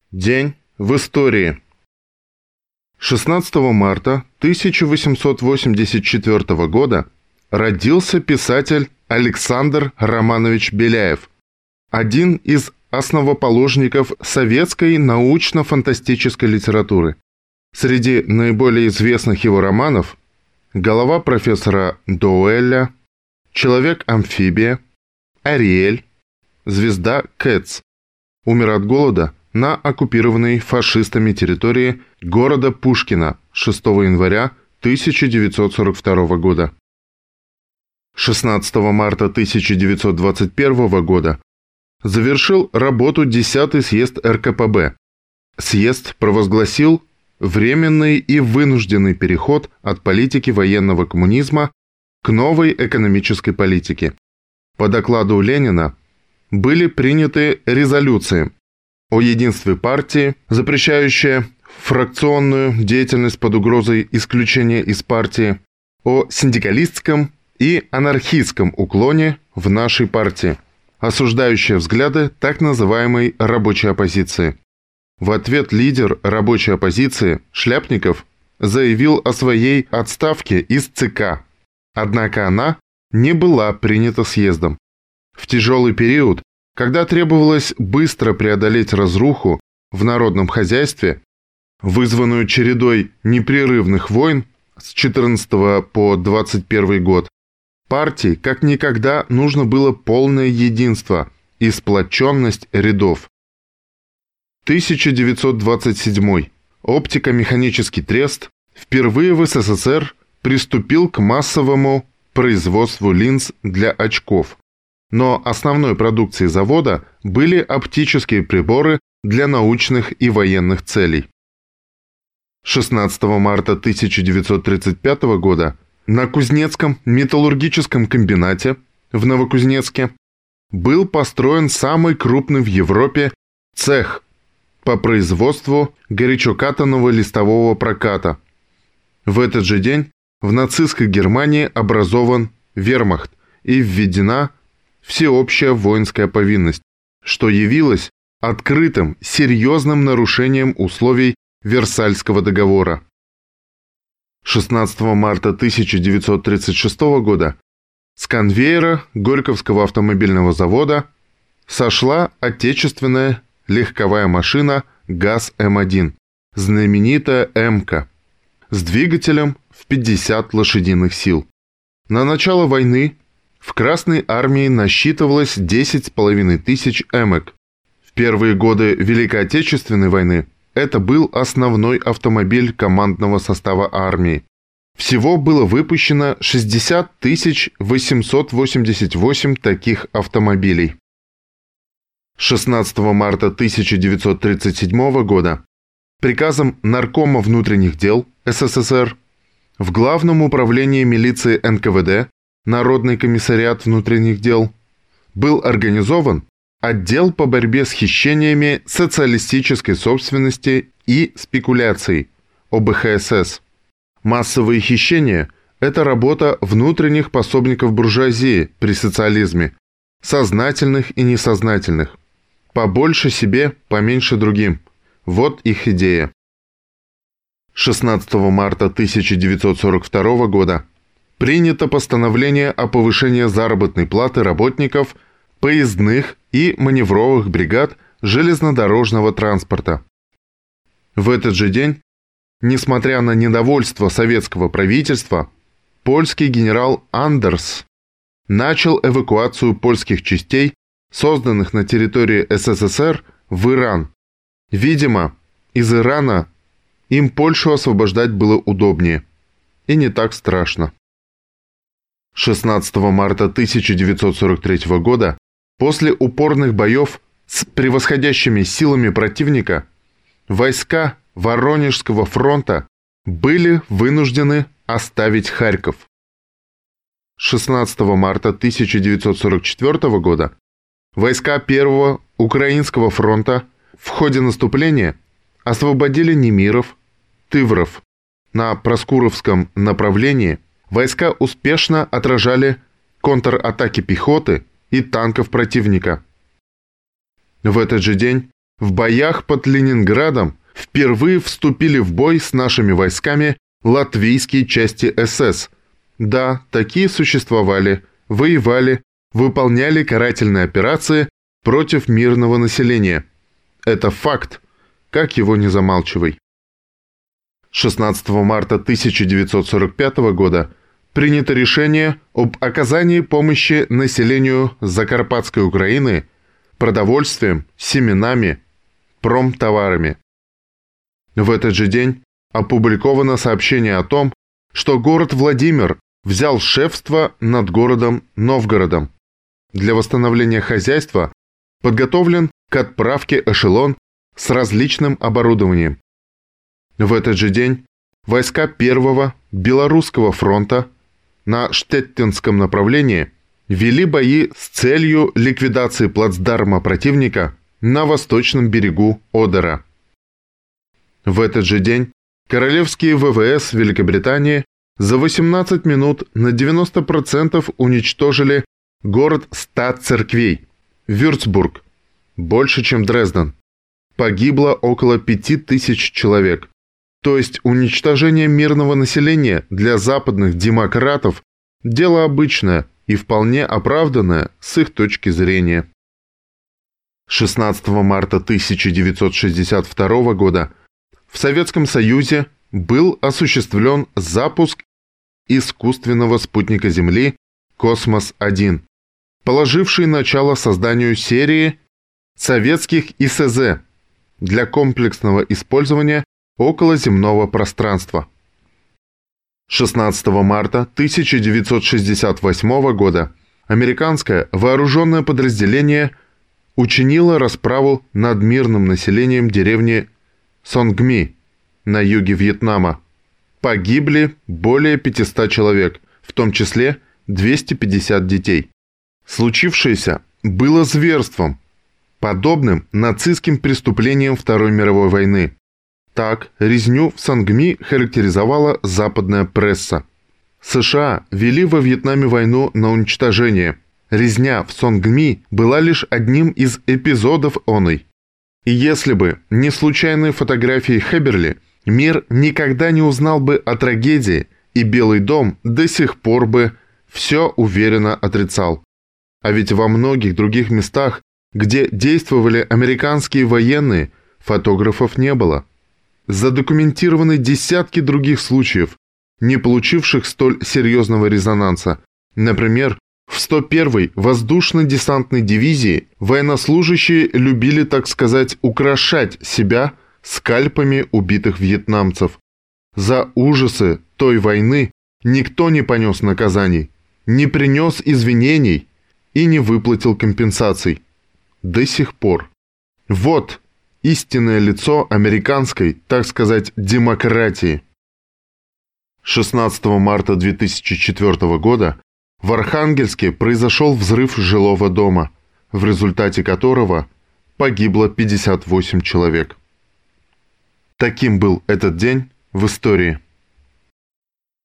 День в истории. 16 марта 1884 года родился писатель Александр Романович Беляев, один из основоположников советской научно-фантастической литературы. Среди наиболее известных его романов «Голова профессора Доуэля», «Человек-амфибия», «Ариэль», «Звезда Кэтс». Умер от голода на оккупированной фашистами территории города Пушкино 6 января 1942 года. 16 марта 1921 года завершил работу 10-й съезд РКПБ. Съезд провозгласил временный и вынужденный переход от политики военного коммунизма к новой экономической политике. По докладу Ленина были приняты резолюции о единстве партии, запрещающие фракционную деятельность под угрозой исключения из партии, о синдикалистском и анархистском уклоне в нашей партии, осуждающие взгляды так называемой рабочей оппозиции. В ответ лидер рабочей оппозиции Шляпников заявил о своей отставке из ЦК, однако она не была принята съездом. В тяжелый период, когда требовалось быстро преодолеть разруху в народном хозяйстве, вызванную чередой непрерывных войн с 14 по 21 год, партии как никогда нужно было полное единство и сплоченность рядов. 1927. Оптико-механический трест впервые в СССР приступил к массовому производству линз для очков. Но основной продукцией завода были оптические приборы для научных и военных целей. 16 марта 1935 года на Кузнецком металлургическом комбинате в Новокузнецке был построен самый крупный в Европе цех по производству горячокатанного листового проката. В этот же день в нацистской Германии образован вермахт и введена всеобщая воинская повинность, что явилось открытым, серьезным нарушением условий Версальского договора. 16 марта 1936 года с конвейера Горьковского автомобильного завода сошла отечественная легковая машина ГАЗ-М1, знаменитая МК, с двигателем в 50 лошадиных сил. На начало войны в Красной армии насчитывалось 10,5 тысяч ЭМК. В первые годы Великой Отечественной войны это был основной автомобиль командного состава армии. Всего было выпущено 60 888 таких автомобилей. 16 марта 1937 года приказом Наркома внутренних дел СССР в Главном управлении милиции НКВД Народный комиссариат внутренних дел был организован отдел по борьбе с хищениями социалистической собственности и спекуляцией ОБХСС. Массовые хищения – это работа внутренних пособников буржуазии при социализме, сознательных и несознательных. Побольше себе, поменьше другим. Вот их идея. 16 марта 1942 года принято постановление о повышении заработной платы работников поездных и маневровых бригад железнодорожного транспорта. В этот же день, несмотря на недовольство советского правительства, польский генерал Андерс начал эвакуацию польских частей, созданных на территории СССР, в Иран. Видимо, из Ирана им Польшу освобождать было удобнее и не так страшно. 16 марта 1943 года, после упорных боев с превосходящими силами противника, войска Воронежского фронта были вынуждены оставить Харьков. 16 марта 1944 года войска Первого Украинского фронта в ходе наступления освободили Немиров, Тывров. На Проскуровском направлении войска успешно отражали контратаки пехоты и танков противника. В этот же день В боях под Ленинградом впервые вступили в бой с нашими войсками латвийские части СС. Да, такие существовали, воевали, выполняли карательные операции против мирного населения. Это факт, как его не замалчивай. 16 марта 1945 года принято решение об оказании помощи населению Закарпатской Украины продовольствием, семенами, промтоварами. В этот же день опубликовано сообщение о том, что город Владимир взял шефство над городом Новгородом. Для восстановления хозяйства подготовлен к отправке эшелон с различным оборудованием. В этот же день войска Первого Белорусского фронта на Штеттинском направлении вели бои с целью ликвидации плацдарма противника на восточном берегу Одера. В этот же день королевские ВВС Великобритании за 18 минут на 90% уничтожили город 100 церквей – Вюрцбург, больше, чем Дрезден. Погибло около 5000 человек. То есть уничтожение мирного населения для западных демократов – дело обычное и вполне оправданное с их точки зрения. 16 марта 1962 года в Советском Союзе был осуществлен запуск искусственного спутника Земли «Космос-1», положивший начало созданию серии советских ИСЗ для комплексного использования околоземного пространства. 16 марта 1968 года американское вооруженное подразделение учинило расправу над мирным населением деревни Сонгми на юге Вьетнама. Погибли более 500 человек, в том числе 250 детей. Случившееся было зверством, подобным нацистским преступлениям Второй мировой войны. Так, резню в Сонгми характеризовала западная пресса. США вели во Вьетнаме войну на уничтожение. Резня в Сонгми была лишь одним из эпизодов оной. И если бы не случайные фотографии Хеберли, мир никогда не узнал бы о трагедии, и Белый дом до сих пор бы все уверенно отрицал. А ведь во многих других местах, где действовали американские военные, фотографов не было. Задокументированы десятки других случаев, не получивших столь серьезного резонанса. Например, в 101-й воздушно-десантной дивизии военнослужащие любили, так сказать, украшать себя скальпами убитых вьетнамцев. За ужасы той войны никто не понес наказаний, не принес извинений и не выплатил компенсаций. До сих пор. Вот истинное лицо американской, так сказать, демократии. 16 марта 2004 года в Архангельске произошел взрыв жилого дома, в результате которого погибло 58 человек. Таким был этот день в истории.